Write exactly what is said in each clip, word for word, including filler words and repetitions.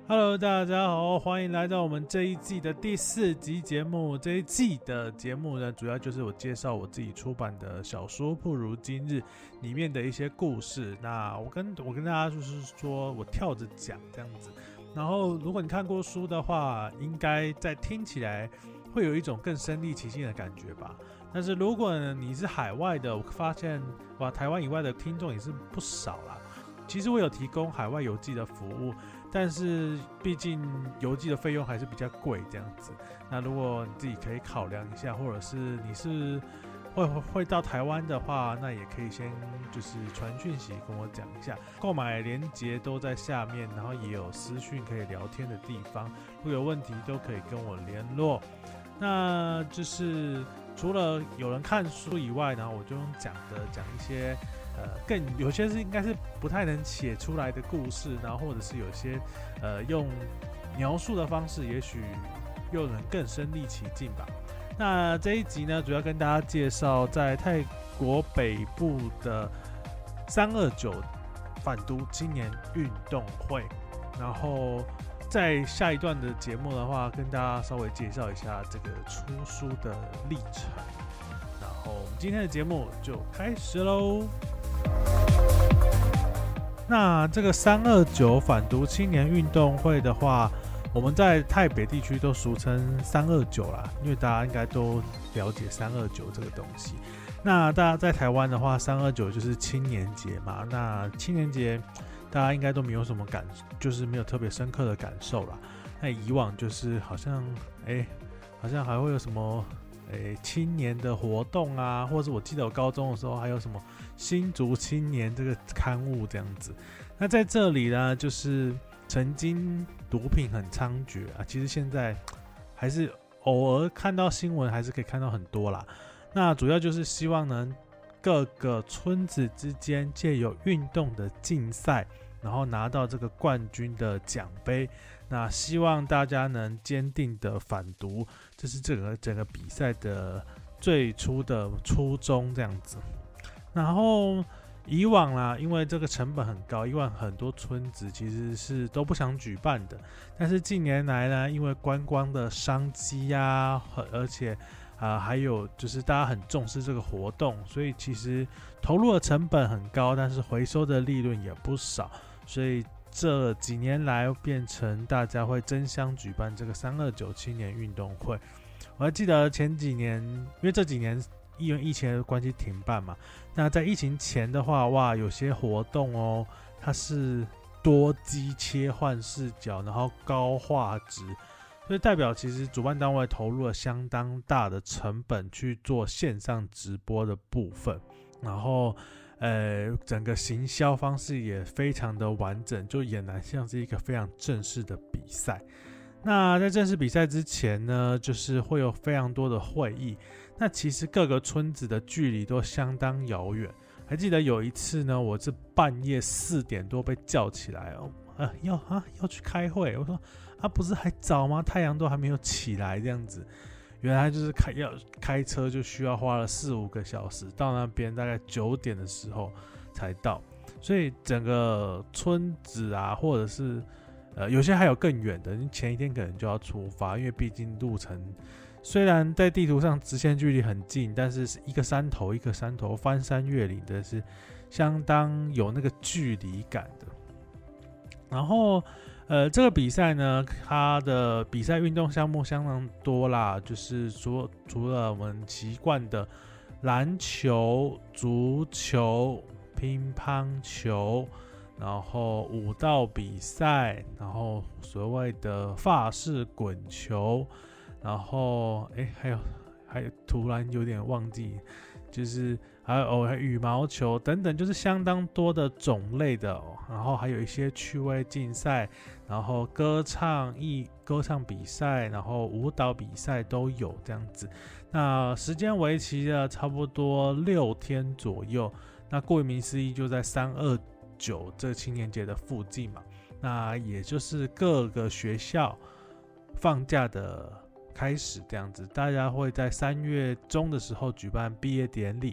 Hello， 大家好，欢迎来到我们这一季的第四集节目。这一季的节目呢，主要就是我介绍我自己出版的小说《不如今日》里面的一些故事。那我跟我跟大家就是说我跳着讲这样子。然后，如果你看过书的话，应该在听起来会有一种更身临其境的感觉吧。但是如果你是海外的，我发现哇，台湾以外的听众也是不少啦。其实我有提供海外邮寄的服务，但是毕竟邮寄的费用还是比较贵这样子。那如果你自己可以考量一下，或者是你是会会到台湾的话，那也可以先就是传讯息跟我讲一下。购买连结都在下面，然后也有私讯可以聊天的地方，如果有问题都可以跟我联络。那就是除了有人看书以外，然后我就用讲的讲一些。呃，更有些是应该是不太能写出来的故事，然后或者是有些呃用描述的方式，也许又能更身临其境吧。那这一集呢，主要跟大家介绍在泰国北部的三二九反毒青年运动会，然后在下一段的节目的话，跟大家稍微介绍一下这个出书的历程。然后我们今天的节目就开始喽。那这个三二九反毒青年运动会的话，我们在泰北地区都俗称三二九啦，因为大家应该都了解三二九这个东西。那大家在台湾的话，三二九就是青年节嘛。那青年节大家应该都没有什么感，就是没有特别深刻的感受啦。那以往就是好像，哎、欸，好像还会有什么。诶，青年的活动啊，或者我记得我高中的时候还有什么新竹青年这个刊物这样子。那在这里呢，就是曾经毒品很猖獗啊，其实现在还是偶尔看到新闻，还是可以看到很多啦。那主要就是希望呢，各个村子之间借由运动的竞赛，然后拿到这个冠军的奖杯。那希望大家能坚定的反毒，这是整个整个比赛的最初的初衷这样子。然后以往啦，因为这个成本很高，以往很多村子其实是都不想举办的。但是近年来呢，因为观光的商机啊，而且啊、呃、还有就是大家很重视这个活动，所以其实投入的成本很高，但是回收的利润也不少，所以。这几年来变成大家会争相举办这个三二九青年运动会。我还记得前几年，因为这几年因为疫情的关系停办嘛，那在疫情前的话，哇，有些活动哦，它是多机切换视角，然后高画质，所以代表其实主办单位投入了相当大的成本去做线上直播的部分，然后。呃，整个行销方式也非常的完整，就俨然像是一个非常正式的比赛。那在正式比赛之前呢，就是会有非常多的会议。那其实各个村子的距离都相当遥远。还记得有一次呢，我是半夜四点多被叫起来哦，呃，要啊要去开会。我说啊，不是还早吗？太阳都还没有起来这样子。原来就是开要开车就需要花了四五个小时，到那边大概九点的时候才到，所以整个村子啊，或者是呃有些还有更远的，前一天可能就要出发，因为毕竟路程虽然在地图上直线距离很近，但是一个山头一个山头翻山越岭的是相当有那个距离感的。然后。呃，这个比赛呢，它的比赛运动项目相当多啦，就是除除了我们习惯的篮球、足球、乒乓球，然后舞蹈比赛，然后所谓的法式滚球，然后哎，还有还有，突然有点忘记。就是还有哦，还有羽毛球等等，就是相当多的种类的、哦，然后还有一些趣味竞赛，然后歌唱艺歌唱比赛，然后舞蹈比赛都有这样子。那时间为期的差不多六天左右。那顾名思义，就在三二九这青年节的附近嘛。那也就是各个学校放假的。开始这样子，大家会在三月中的时候举办毕业典礼，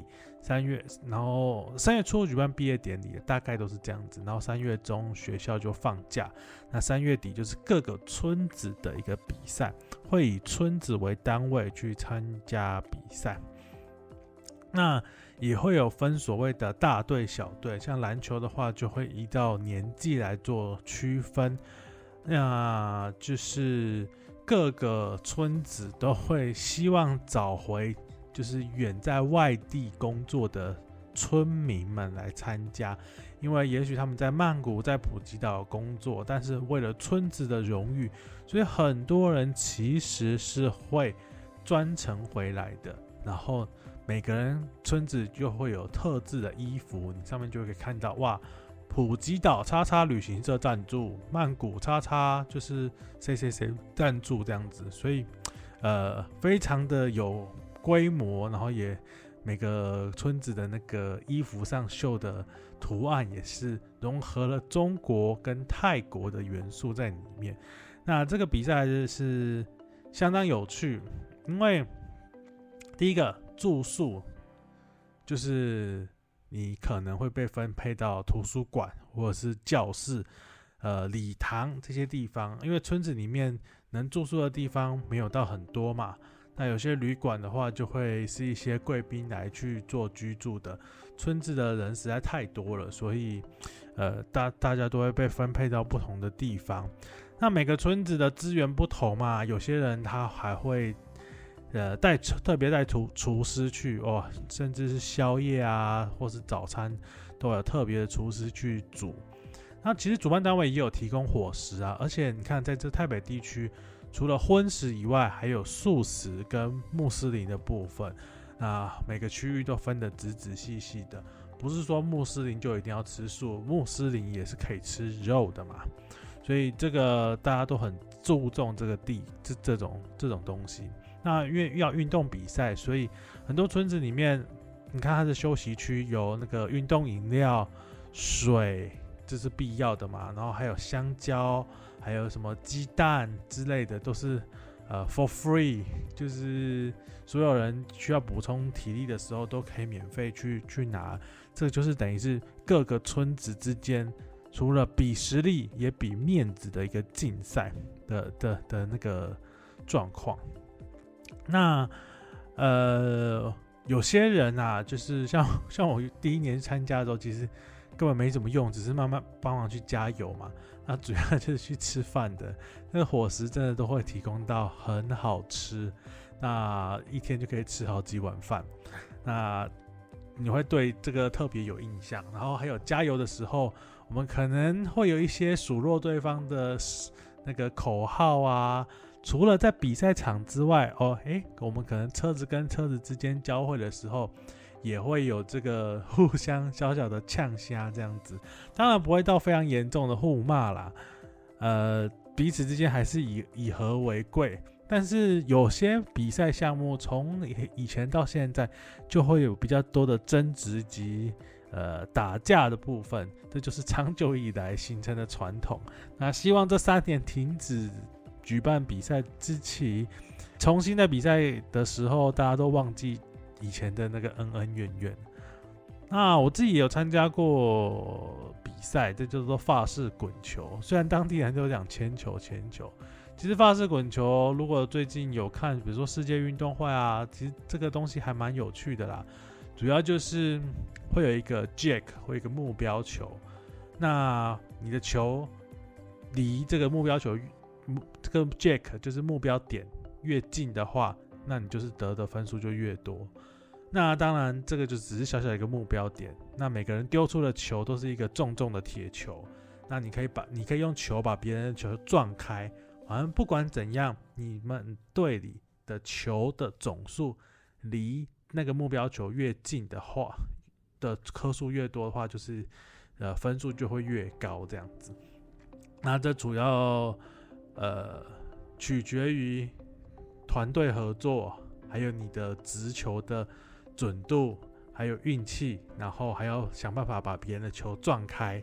三月，然后三月初举办毕业典礼，大概都是这样子。然后三月中学校就放假，那三月底就是各个村子的一个比赛，会以村子为单位去参加比赛。那也会有分所谓的大队、小队，像篮球的话，就会依照年纪来做区分。那就是各个村子都会希望找回。就是远在外地工作的村民们来参加，因为也许他们在曼谷、在普吉岛工作，但是为了村子的荣誉，所以很多人其实是会专程回来的。然后每个人村子就会有特制的衣服，你上面就可以看到哇，普吉岛叉叉旅行社赞助，曼谷叉叉就是谁谁谁赞助这样子，所以呃，非常的有规模，然后也每个村子的那个衣服上绣的图案也是融合了中国跟泰国的元素在里面。那这个比赛就是相当有趣，因为第一个住宿就是你可能会被分配到图书馆或者是教室、呃礼堂这些地方，因为村子里面能住宿的地方没有到很多嘛。那有些旅馆的话，就会是一些贵宾来去做居住的。村子的人实在太多了，所以呃，大大家都会被分配到不同的地方。那每个村子的资源不同嘛，有些人他还会呃带特别带厨厨师去哦，甚至是宵夜啊，或是早餐都有特别的厨师去煮。那其实主办单位也有提供伙食啊，而且你看在这台北地区。除了荤食以外，还有素食跟穆斯林的部分。那每个区域都分得仔仔细细的，不是说穆斯林就一定要吃素，穆斯林也是可以吃肉的嘛。所以这个大家都很注重这个地这这种这种东西。那因为要运动比赛，所以很多村子里面，你看它的休息区有那个运动饮料、水，这是必要的嘛。然后还有香蕉。还有什么鸡蛋之类的，都是呃 for free， 就是所有人需要补充体力的时候都可以免费去去拿。这个就是等于是各个村子之间，除了比实力，也比面子的一个竞赛的的的那个状况。那呃，有些人啊，就是像像我第一年参加的时候，其实根本没怎么用，只是慢慢帮忙去加油嘛。那主要就是去吃饭的，那个伙食真的都会提供到很好吃，那一天就可以吃好几碗饭，那你会对这个特别有印象。然后还有加油的时候，我们可能会有一些数落对方的那个口号啊，除了在比赛场之外，哦，诶，我们可能车子跟车子之间交汇的时候。也会有这个互相小小的呛虾这样子，当然不会到非常严重的互骂啦，呃，彼此之间还是以以和为贵。但是有些比赛项目从以前到现在就会有比较多的争执及呃打架的部分，这就是长久以来形成的传统。那希望这三年停止举办比赛之期，重新在比赛的时候，大家都忘记。以前的那个恩恩怨怨。那我自己也有参加过比赛，这就是说法式滚球。虽然当地人都讲铅球铅球，其实法式滚球如果最近有看，比如说世界运动会啊，其实这个东西还蛮有趣的啦。主要就是会有一个 jack， 会有一个目标球。那你的球离这个目标球，这个 jack 就是目标点越近的话，那你就是得的分数就越多。那当然，这个就只是小小一个目标点。那每个人丢出的球都是一个重重的铁球。那你可以把，你可以用球把别人的球撞开。反正不管怎样，你们队里的球的总数离那个目标球越近的话，的颗数越多的话，就是呃分数就会越高这样子。那这主要呃取决于团队合作，还有你的直球的准度，还有运气，然后还要想办法把别人的球撞开，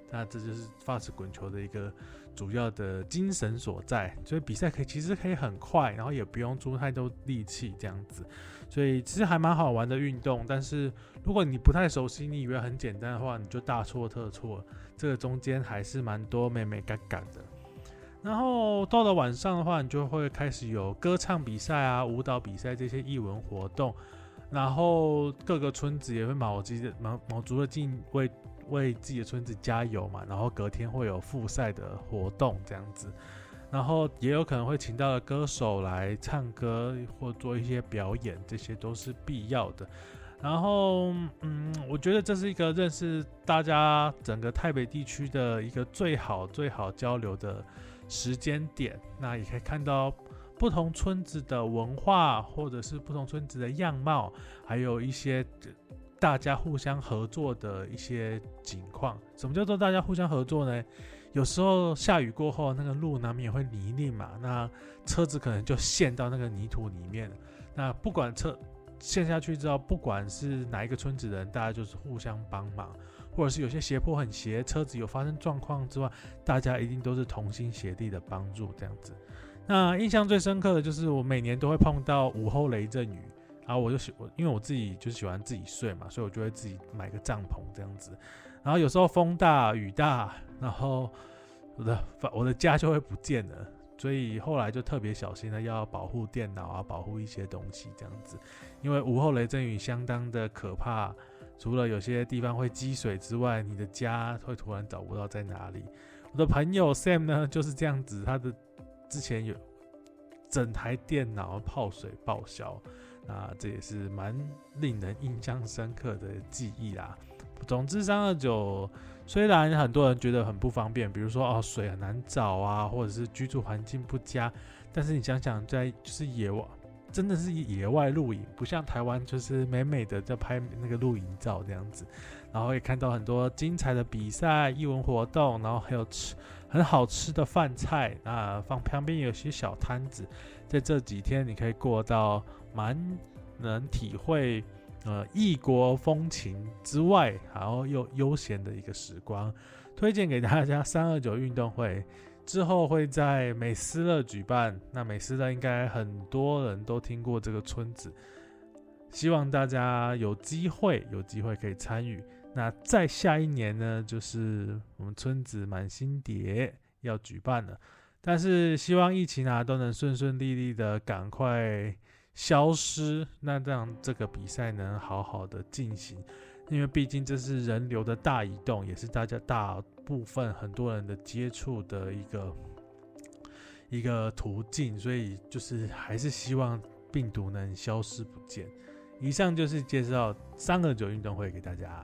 那这就是法式滚球的一个主要的精神所在。所以比赛可以其实可以很快，然后也不用出太多力气这样子，所以其实还蛮好玩的运动。但是如果你不太熟悉，你以为很简单的话，你就大错特错。这个中间还是蛮多美美嘎嘎的。然后到了晚上的话，你就会开始有歌唱比赛啊、舞蹈比赛这些艺文活动，然后各个村子也会卯足卯卯足了劲为为自己的村子加油嘛，然后隔天会有复赛的活动这样子，然后也有可能会请到了歌手来唱歌或做一些表演，这些都是必要的。然后，嗯，我觉得这是一个认识大家整个台北地区的一个最好最好交流的时间点。那也可以看到不同村子的文化，或者是不同村子的样貌，还有一些大家互相合作的一些情况。什么叫做大家互相合作呢？有时候下雨过后，那个路难免会泥泞嘛，那车子可能就陷到那个泥土里面。那不管车陷下去之后，不管是哪一个村子的人，大家就是互相帮忙，或者是有些斜坡很斜，车子有发生状况之外，大家一定都是同心协力的帮助这样子。那印象最深刻的就是我每年都会碰到午后雷阵雨，然后我就喜因为我自己就喜欢自己睡嘛，所以我就会自己买个帐篷这样子。然后有时候风大雨大，然后我的我的家就会不见了。所以后来就特别小心的要保护电脑啊，保护一些东西这样子，因为午后雷阵雨相当的可怕，除了有些地方会积水之外，你的家会突然找不到在哪里。我的朋友 Sam 呢就是这样子，他的之前有整台电脑泡水报销，那这也是蛮令人印象深刻的记忆啦。总之三二九虽然很多人觉得很不方便，比如说哦水很难找啊，或者是居住环境不佳，但是你想想在就是野外，真的是野外露营，不像台湾就是美美的在拍那个露营照这样子，然后会看到很多精彩的比赛、艺文活动，然后还有吃很好吃的饭菜，那放旁边有些小摊子，在这几天你可以过到蛮能体会呃，异国风情之外，然后又悠闲的一个时光，推荐给大家。三二九运动会之后会在美斯乐举办，那美斯乐应该很多人都听过这个村子，希望大家有机会有机会可以参与。那再下一年呢，就是我们村子满心蝶要举办了，但是希望疫情啊都能顺顺利利的赶快消失，那让这个比赛能好好的进行，因为毕竟这是人流的大移动，也是大家大部分很多人的接触的一个一个途径，所以就是还是希望病毒能消失不见。以上就是介绍三二九运动会给大家。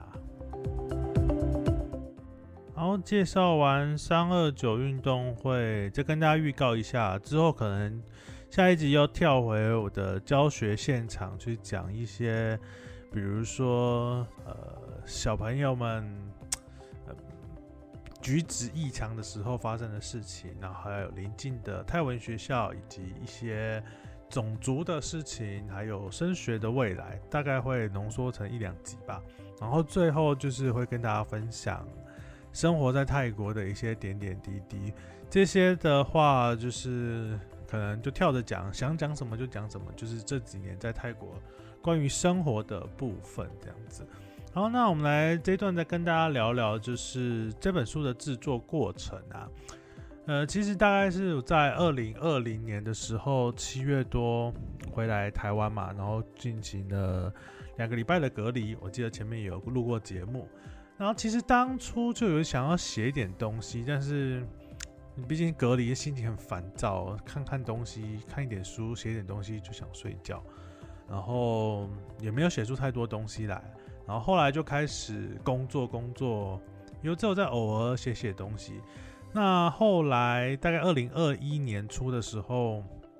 好，介绍完三二九运动会，再跟大家预告一下，之后可能下一集又跳回我的教学现场去讲一些，比如说呃小朋友们、呃、举止异常的时候发生的事情，然后还有邻近的泰文学校，以及一些种族的事情，还有升学的未来，大概会浓缩成一两集吧。然后最后就是会跟大家分享生活在泰国的一些点点滴滴，这些的话就是可能就跳着讲，想讲什么就讲什么，就是这几年在泰国关于生活的部分这样子。好，那我们来这一段再跟大家聊聊，就是这本书的制作过程啊。呃，其实大概是在二零二零年的时候，七月多回来台湾嘛，然后进行了两个礼拜的隔离。我记得前面有录过节目，然后其实当初就有想要写一点东西，但是你毕竟隔离，心情很烦躁，看看东西，看一点书，写一点东西就想睡觉，然后也没有写出太多东西来。然后后来就开始工作，工作，有只有在偶尔写写东西。那后来大概二零二一年初的时候，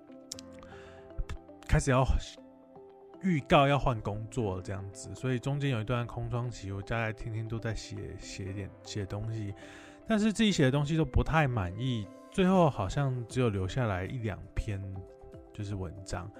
开始要预告要换工作这样子，所以中间有一段空窗期，我大概天天都在写写点写东西。但是自己写的东西都不太满意，最后好像只有留下来一两篇就是文章。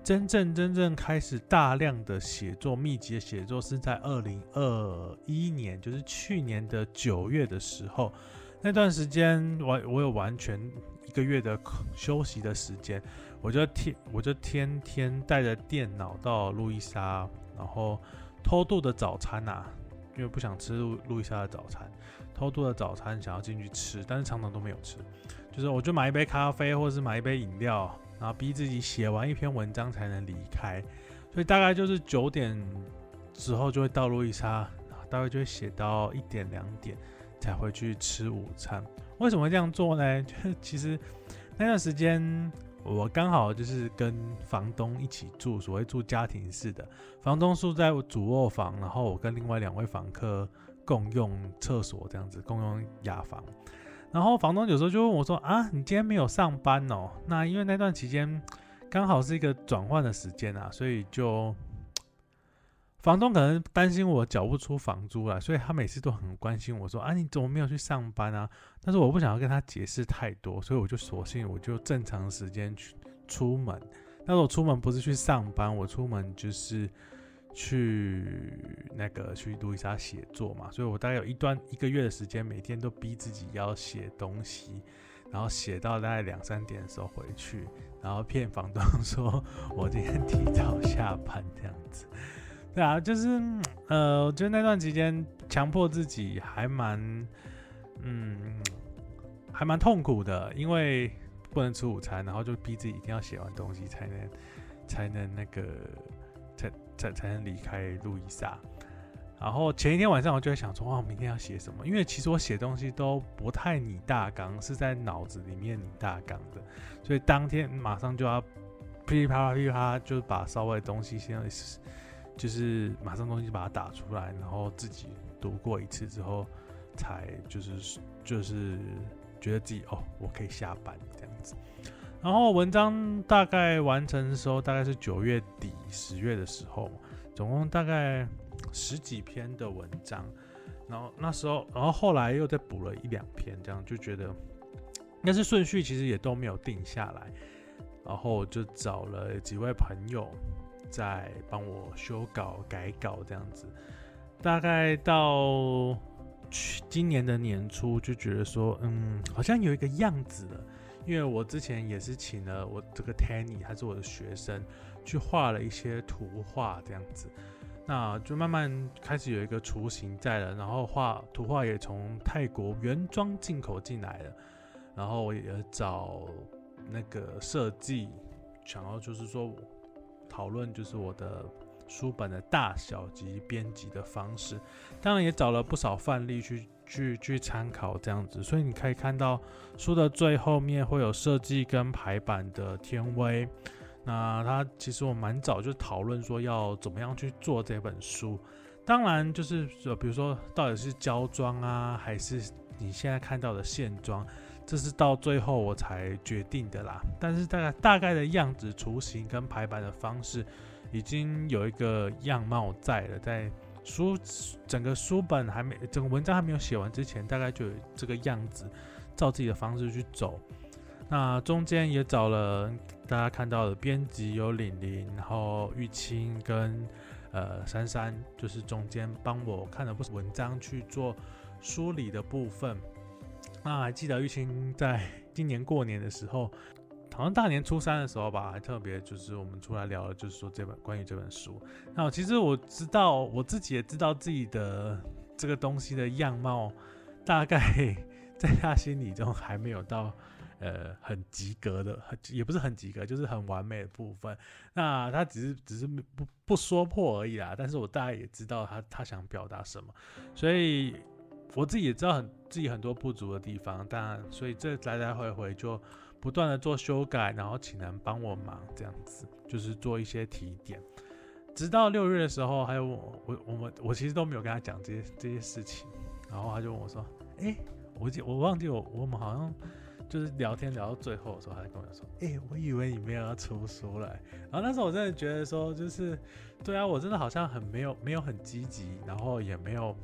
真正真正开始大量的写作、密集的写作是在二零二一年，就是去年的九月的时候。那段时间我我有完全一个月的休息的时间，我就天我就天天带着电脑到路易莎，然后偷渡的早餐啊，因为不想吃路路易莎的早餐，偷渡的早餐想要进去吃，但是常常都没有吃，就是我就买一杯咖啡或者是买一杯饮料，然后逼自己写完一篇文章才能离开，所以大概就是九点之后就会到路易莎，大概就会写到一点两点才回去吃午餐。为什么会这样做呢？就是其实那段时间我刚好就是跟房东一起住，所谓住家庭式的，房东住在主卧房，然后我跟另外两位房客共用厕所，这样子共用雅房。然后房东有时候就问我说：“啊，你今天没有上班哦？”那因为那段期间刚好是一个转换的时间啊，所以就房东可能担心我缴不出房租啦，所以他每次都很关心我说：“啊，你怎么没有去上班啊？”但是我不想要跟他解释太多，所以我就索性我就正常时间去出门。但是我出门不是去上班，我出门就是去那个去路易莎写作嘛，所以我大概有一段一个月的时间，每天都逼自己要写东西，然后写到大概两三点的时候回去，然后骗房东说我今天提早下班这样子。对啊，就是呃，我觉得那段期间强迫自己还蛮，嗯，还蛮痛苦的，因为不能吃午餐，然后就逼自己一定要写完东西才能才能那个才才才能离开路易莎。然后前一天晚上我就会想说，哇，明天要写什么？因为其实我写东西都不太拟大纲，是在脑子里面拟大纲的，所以当天马上就要噼里啪啦噼里啪啦，就把稍微东西先就是马上东西把它打出来，然后自己读过一次之后，才就是就是觉得自己哦，我可以下班这样子。然后文章大概完成的时候，大概是九月底十月的时候，总共大概十几篇的文章。然后那时候，然后后来又再补了一两篇，这样就觉得，但是顺序其实也都没有定下来。然后就找了几位朋友在帮我修稿、改稿这样子。大概到今年的年初，就觉得说，嗯，好像有一个样子了。因为我之前也是请了我这个 Tanny， 他是我的学生，去画了一些图画这样子。那就慢慢开始有一个雏形在了，然后画图画也从泰国原装进口进来了。然后我也找那个设计，想要就是说讨论就是我的书本的大小及编辑的方式，当然也找了不少范例去去去参考这样子，所以你可以看到书的最后面会有设计跟排版的天威。那他其实我蛮早就讨论说要怎么样去做这本书，当然就是比如说到底是胶装啊，还是你现在看到的线装，这是到最后我才决定的啦。但是大概大概的样子、雏形跟排版的方式，已经有一个样貌在了。在书整个书本还没、整个文章还没有写完之前，大概就有这个样子，照自己的方式去走。那中间也找了大家看到的编辑，有玲玲，然后玉清跟呃珊珊，就是中间帮我看了不少文章去做梳理的部分。那还记得玉清在今年过年的时候，好像大年初三的时候吧，还特别就是我们出来聊了，就是说这本关于这本书。那其实我知道，我自己也知道自己的这个东西的样貌，大概在他心里中还没有到呃很及格的，也不是很及格，就是很完美的部分。那他只是只是不不说破而已啦。但是我大概也知道他他想表达什么，所以我自己也知道很自己很多不足的地方，当然，所以这来来回回就不断的做修改，然后请人帮我忙，这样子就是做一些提点。直到六月的时候，还有我我我们我其实都没有跟他讲这些这些事情，然后他就问我说：“哎、欸，我我忘记我我们好像就是聊天聊到最后的时候，他就跟我说：‘哎、欸，我以为你没有要出书了。’然后那时候我真的觉得说，就是对啊，我真的好像很没有没有很积极，然后也没有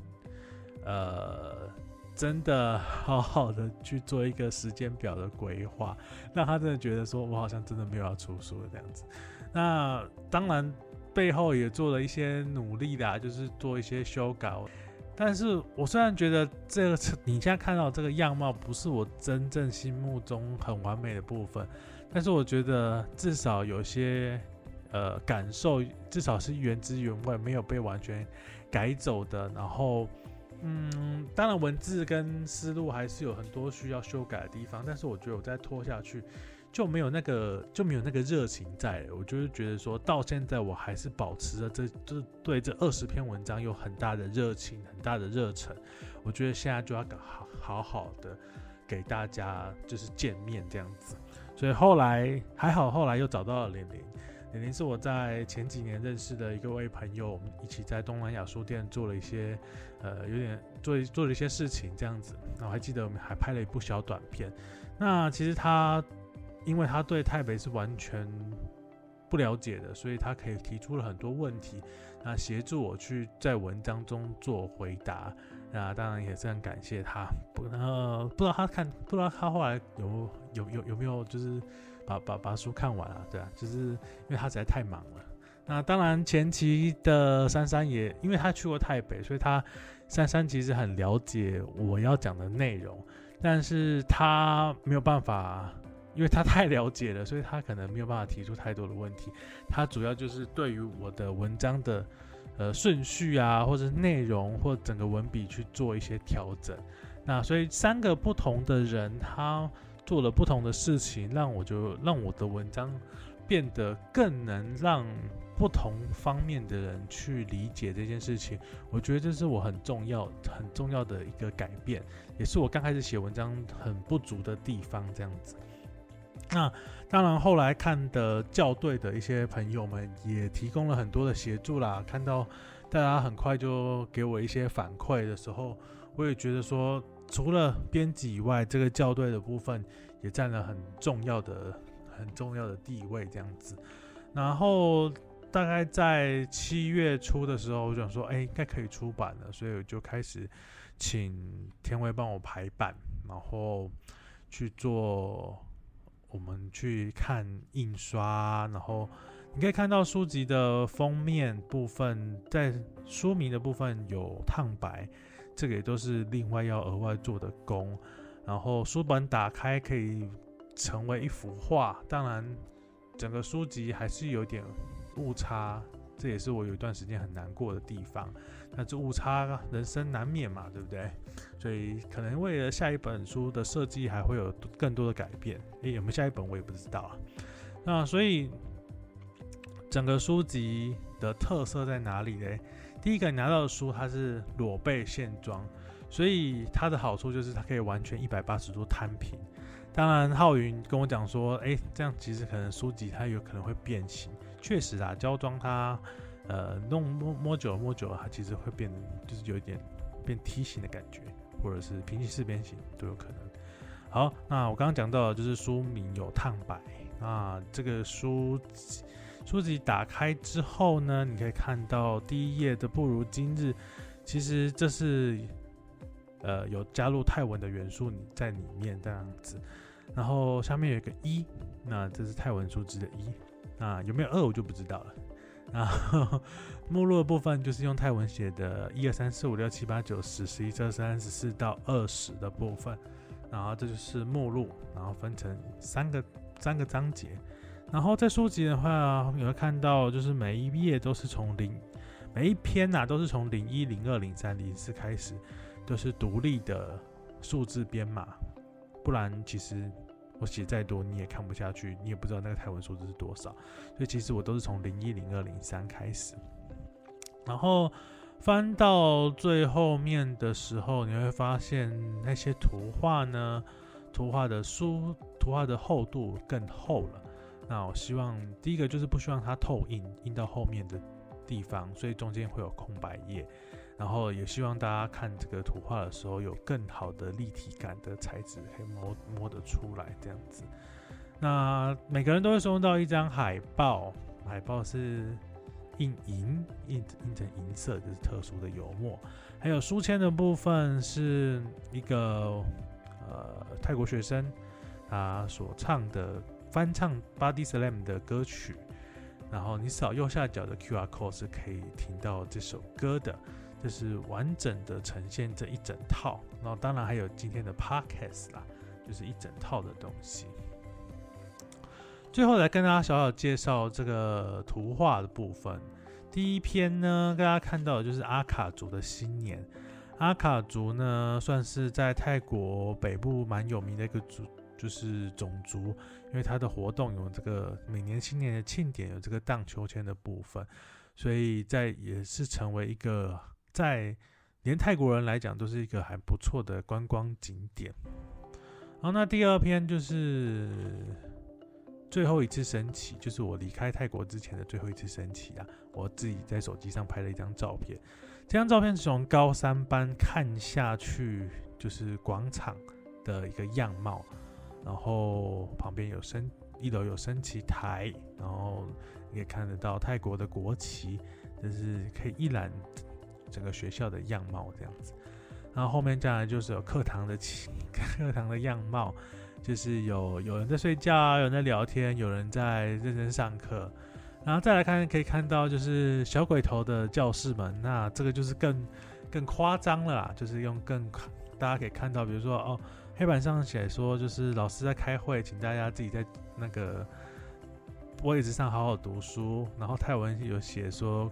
呃。”真的好好的去做一个时间表的规划，让他真的觉得说我好像真的没有要出书的这样子。 那当然背后也做了一些努力啦，就是做一些修改。但是我虽然觉得这个你现在看到这个样貌不是我真正心目中很完美的部分，但是我觉得至少有些呃感受，至少是原汁原味，没有被完全改走的。然后嗯，当然文字跟思路还是有很多需要修改的地方，但是我觉得我再拖下去就没有那个就没有那个热情在了。我就是觉得说到现在我还是保持着这这对这二十篇文章有很大的热情，很大的热忱。我觉得现在就要好好好的给大家就是见面这样子。所以后来还好，后来又找到了玲玲。玲玲是我在前几年认识的一个位朋友，我们一起在东南亚书店做了一些呃有点做做了一些事情这样子。然后还记得我们还拍了一部小短片。那其实他因为他对台北是完全不了解的，所以他可以提出了很多问题，那协助我去在文章中做回答。那当然也是很感谢他。不呃不知道他看不知道他后来有有有有没有就是把把把书看完啊？对啊，就是因为他实在太忙了。那当然前期的珊珊也因为他去过台北，所以他珊珊其实很了解我要讲的内容，但是他没有办法。因为他太了解了，所以他可能没有办法提出太多的问题。他主要就是对于我的文章的呃顺序啊，或者内容或整个文笔去做一些调整。那所以三个不同的人，他做了不同的事情，让我就让我的文章变得更能让不同方面的人去理解这件事情。我觉得这是我很重要很重要的一个改变，也是我刚开始写文章很不足的地方，这样子。那当然后来看的校对的一些朋友们也提供了很多的协助啦，看到大家很快就给我一些反馈的时候，我也觉得说除了编辑以外，这个校对的部分也占了很重要的很重要的地位这样子。然后大概在七月初的时候，我想说哎、欸、应该可以出版了，所以我就开始请天威帮我排版，然后去做我们去看印刷。然后你可以看到书籍的封面部分，在书名的部分有烫白，这个也都是另外要额外做的工。然后书本打开可以成为一幅画，当然整个书籍还是有点误差，这也是我有一段时间很难过的地方。但是误差人生难免嘛，对不对？所以可能为了下一本书的设计还会有更多的改变。诶，有没有下一本我也不知道啊。那所以整个书籍的特色在哪里呢？第一个，你拿到的书它是裸背线装，所以它的好处就是它可以完全一百八十度摊平。当然浩云跟我讲说，哎，这样其实可能书籍它有可能会变形。确实啊，胶装它呃弄摸摸久了摸久了，它其实会变，就是有一点变梯形的感觉，或者是平行四边形都有可能。好，那我刚刚讲到的就是书名有烫白。那这个书书籍打开之后呢，你可以看到第一页的不如今日，其实这是呃有加入泰文的元素在里面这样子。然后下面有一个一，那这是泰文数字的一。那有没有二我就不知道了。然后目录的部分就是用泰文写的一二三四五六七八九十十一十二十三十四到二十的部分。然后这就是目录，然后分成三个三个章节。然后在书籍的话，你会看到就是每一页都是从零，每一篇啊都是从零一、零二、零三、零四开始，都是独立的数字编码，不然其实我写再多你也看不下去，你也不知道那个泰文数字是多少。所以其实我都是从零一、零二、零三开始。然后翻到最后面的时候，你会发现那些图画呢，图画的书图画的厚度更厚了。那我希望第一个就是不希望它透印印到后面的地方，所以中间会有空白页。然后也希望大家看这个图画的时候有更好的立体感的材质可以 摸, 摸得出来这样子。那每个人都会收到一张海报，海报是印银 印, 印成银色，就是特殊的油墨。还有书签的部分是一个呃泰国学生他所唱的翻唱 Body Slam 的歌曲。 然后你扫右下角的 Q R code 是可以听到这首歌的，这是完整的呈现这一整套。然后当然还有今天的 Podcast 啦，就是一整套的东西。最后来跟大家小小介绍这个图画的部分。第一篇呢，大家看到的就是阿卡族的新年。阿卡族呢，算是在泰国北部蛮有名的一个族，就是种族，因为它的活动有这个每年新年的庆典，有这个荡秋千的部分，所以在也是成为一个在连泰国人来讲都是一个还不错的观光景点。然后那第二篇就是最后一次升旗，就是我离开泰国之前的最后一次升旗啊，我自己在手机上拍了一张照片。这张照片是从高山班看下去，就是广场的一个样貌，然后旁边有升，一楼有升旗台，然后你可以看得到泰国的国旗，就是可以一览整个学校的样貌这样子。然后后面再来就是有课堂的课堂的样貌，就是有有人在睡觉，有人在聊天，有人在认真上课。然后再来看，可以看到就是小鬼头的教室们，那这个就是更更夸张了啦，就是用更大家可以看到，比如说哦，黑板上写说就是老师在开会，请大家自己在那个位置上好好读书。然后泰文有写说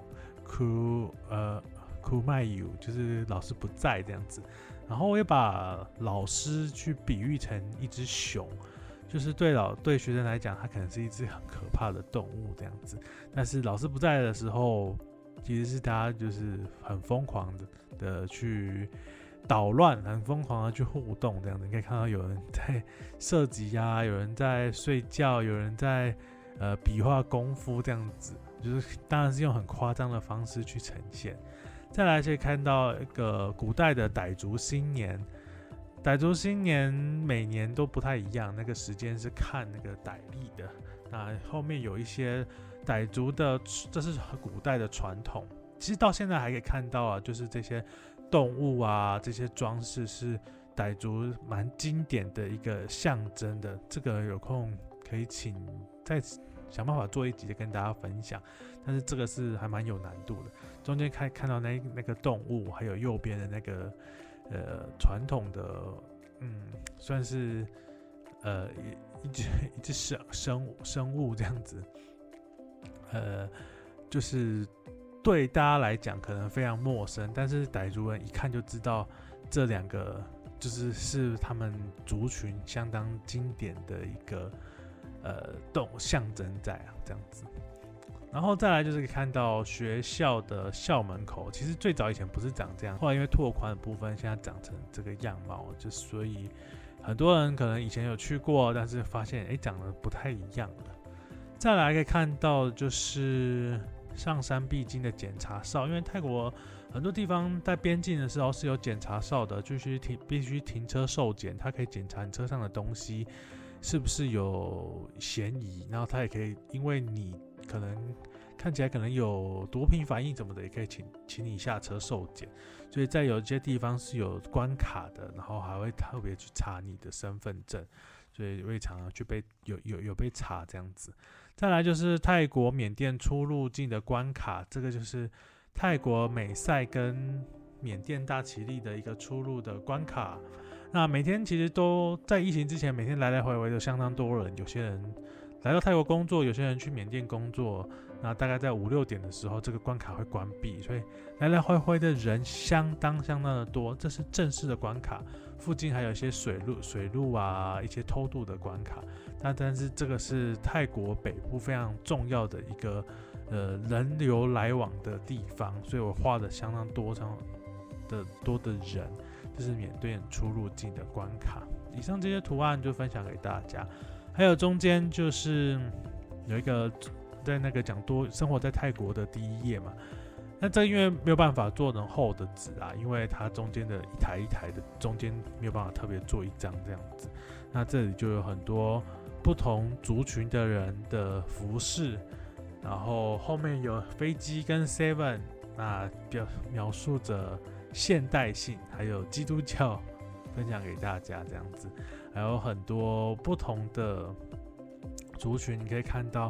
ku 呃 ku mai yu， 就是老师不在这样子。然后我也把老师去比喻成一只熊。就是对老对学生来讲，它可能是一只很可怕的动物这样子，但是老师不在的时候，其实是大家就是很疯狂的的去捣乱，很疯狂的去互动这样子。你可以看到有人在射击啊，有人在睡觉，有人在呃比划功夫这样子，就是当然是用很夸张的方式去呈现。再来可以看到一个古代的傣族新年。傣族新年每年都不太一样，那个时间是看那个傣历的。那后面有一些傣族的，这是古代的传统，其实到现在还可以看到啊，就是这些动物啊，这些装饰是傣族蛮经典的一个象征的。这个有空可以请再想办法做一集跟大家分享，但是这个是还蛮有难度的。中间看看到那那个动物，还有右边的那个。呃，传统的，嗯，算是呃一只一只生生物生物这样子，呃，就是对大家来讲可能非常陌生，但是傣族人一看就知道这两个就是是他们族群相当经典的一个呃动象征在啊，这样子。然后再来就是可以看到学校的校门口，其实最早以前不是长这样，后来因为拓宽的部分，现在长成这个样貌，就所以很多人可能以前有去过，但是发现哎长得不太一样了。再来可以看到就是上山必经的检查哨，因为泰国很多地方在边境的时候是有检查哨的，就是停必须停车受检，它可以检查你车上的东西是不是有嫌疑，然后它也可以因为你可能看起来可能有毒品反应什么的，也可以请请你下车受检。所以在有些地方是有关卡的，然后还会特别去查你的身份证，所以会常常去被有有有被查这样子。再来就是泰国缅甸出入境的关卡，这个就是泰国美赛跟缅甸大其力的一个出入的关卡。那每天其实都在疫情之前，每天来来回回的相当多人，有些人来到泰国工作，有些人去缅甸工作，那大概在五六点的时候，这个关卡会关闭，所以来来回回的人相当相当的多。这是正式的关卡，附近还有一些水路、水路啊，一些偷渡的关卡。那但是这个是泰国北部非常重要的一个呃人流来往的地方，所以我花了相当多、相当的多的人，这是缅甸出入境的关卡。以上这些图案就分享给大家。还有中间就是有一个在那个讲多生活在泰国的第一页嘛，那这因为没有办法做成厚的纸啊，因为它中间的一台一台的中间没有办法特别做一张这样子。那这里就有很多不同族群的人的服饰，然后后面有飞机跟 Seven， 那表描述着现代性，还有基督教。分享给大家这样子，还有很多不同的族群，你可以看到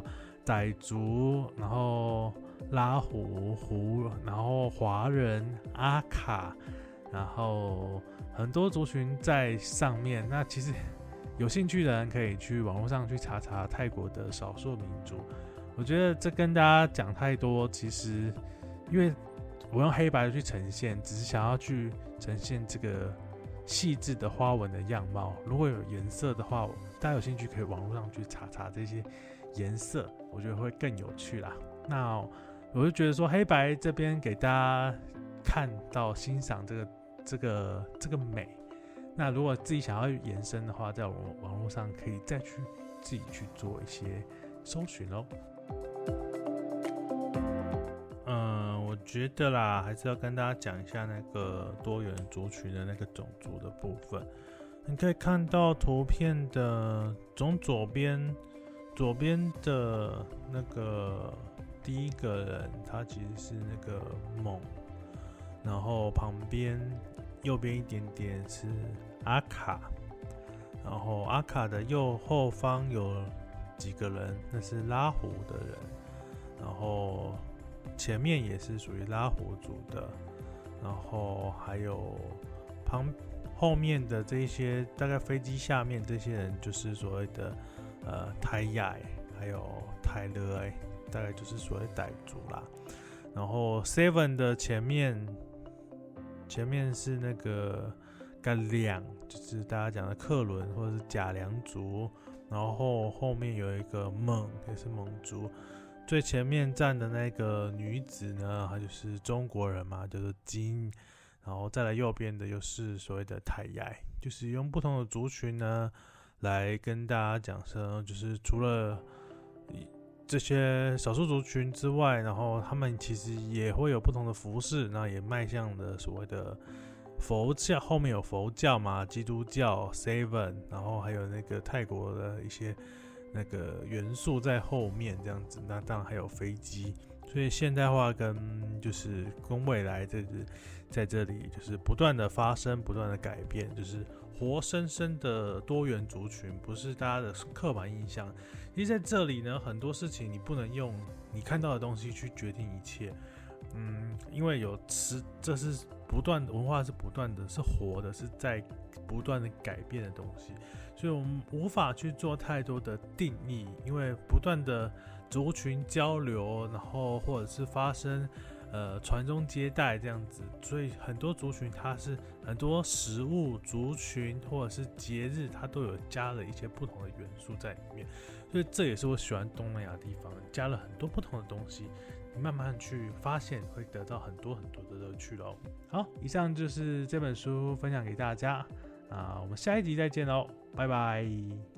傣族，然后拉祜胡，然后华人、阿卡，然后很多族群在上面。那其实有兴趣的人可以去网络上去查查泰国的少数民族。我觉得这跟大家讲太多，其实因为我用黑白去呈现，只是想要去呈现这个细致的花纹的样貌。如果有颜色的话，大家有兴趣可以网络上去查查这些颜色，我觉得会更有趣啦。那我就觉得说，黑白这边给大家看到欣赏这个这个这个美。那如果自己想要延伸的话，在网络上可以再去自己去做一些搜寻咯。嗯，我觉得啦，还是要跟大家讲一下那个多元族群的那个种族的部分。你可以看到图片的从左边，左边的那个第一个人，他其实是那个蒙，然后旁边右边一点点是阿卡，然后阿卡的右后方有几个人，那是拉祜的人，然后前面也是属于拉祜族的，然后还有旁后面的这些，大概飞机下面这些人就是所谓的呃泰雅，还有泰勒，大概就是所谓傣族啦。然后 Seven 的前面，前面是那个噶良，就是大家讲的克伦或者是贾良族。然后后面有一个蒙，也是蒙族。最前面站的那个女子呢，她就是中国人嘛，叫做金。然后再来右边的又是所谓的泰雅，就是用不同的族群呢来跟大家讲说，就是除了这些少数族群之外，然后他们其实也会有不同的服饰，那也迈向了所谓的佛教，后面有佛教嘛，基督教 Seven， 然后还有那个泰国的一些那个元素在后面这样子，那当然还有飞机。所以现代化跟就是跟未来这在这里就是不断的发生，不断的改变，就是活生生的多元族群，不是大家的刻板印象。其实在这里呢，很多事情你不能用你看到的东西去决定一切，嗯，因为有吃，这是不断的文化，是不断的，是活的，是在不断的改变的东西，所以我们无法去做太多的定义，因为不断的族群交流，然后或者是发生呃传宗接代这样子，所以很多族群它是很多食物、族群或者是节日，它都有加了一些不同的元素在里面，所以这也是我喜欢东南亚的地方，加了很多不同的东西，你慢慢去发现，会得到很多很多的乐趣咯。好，以上就是这本书分享给大家啊，我们下一集再见喽，拜拜。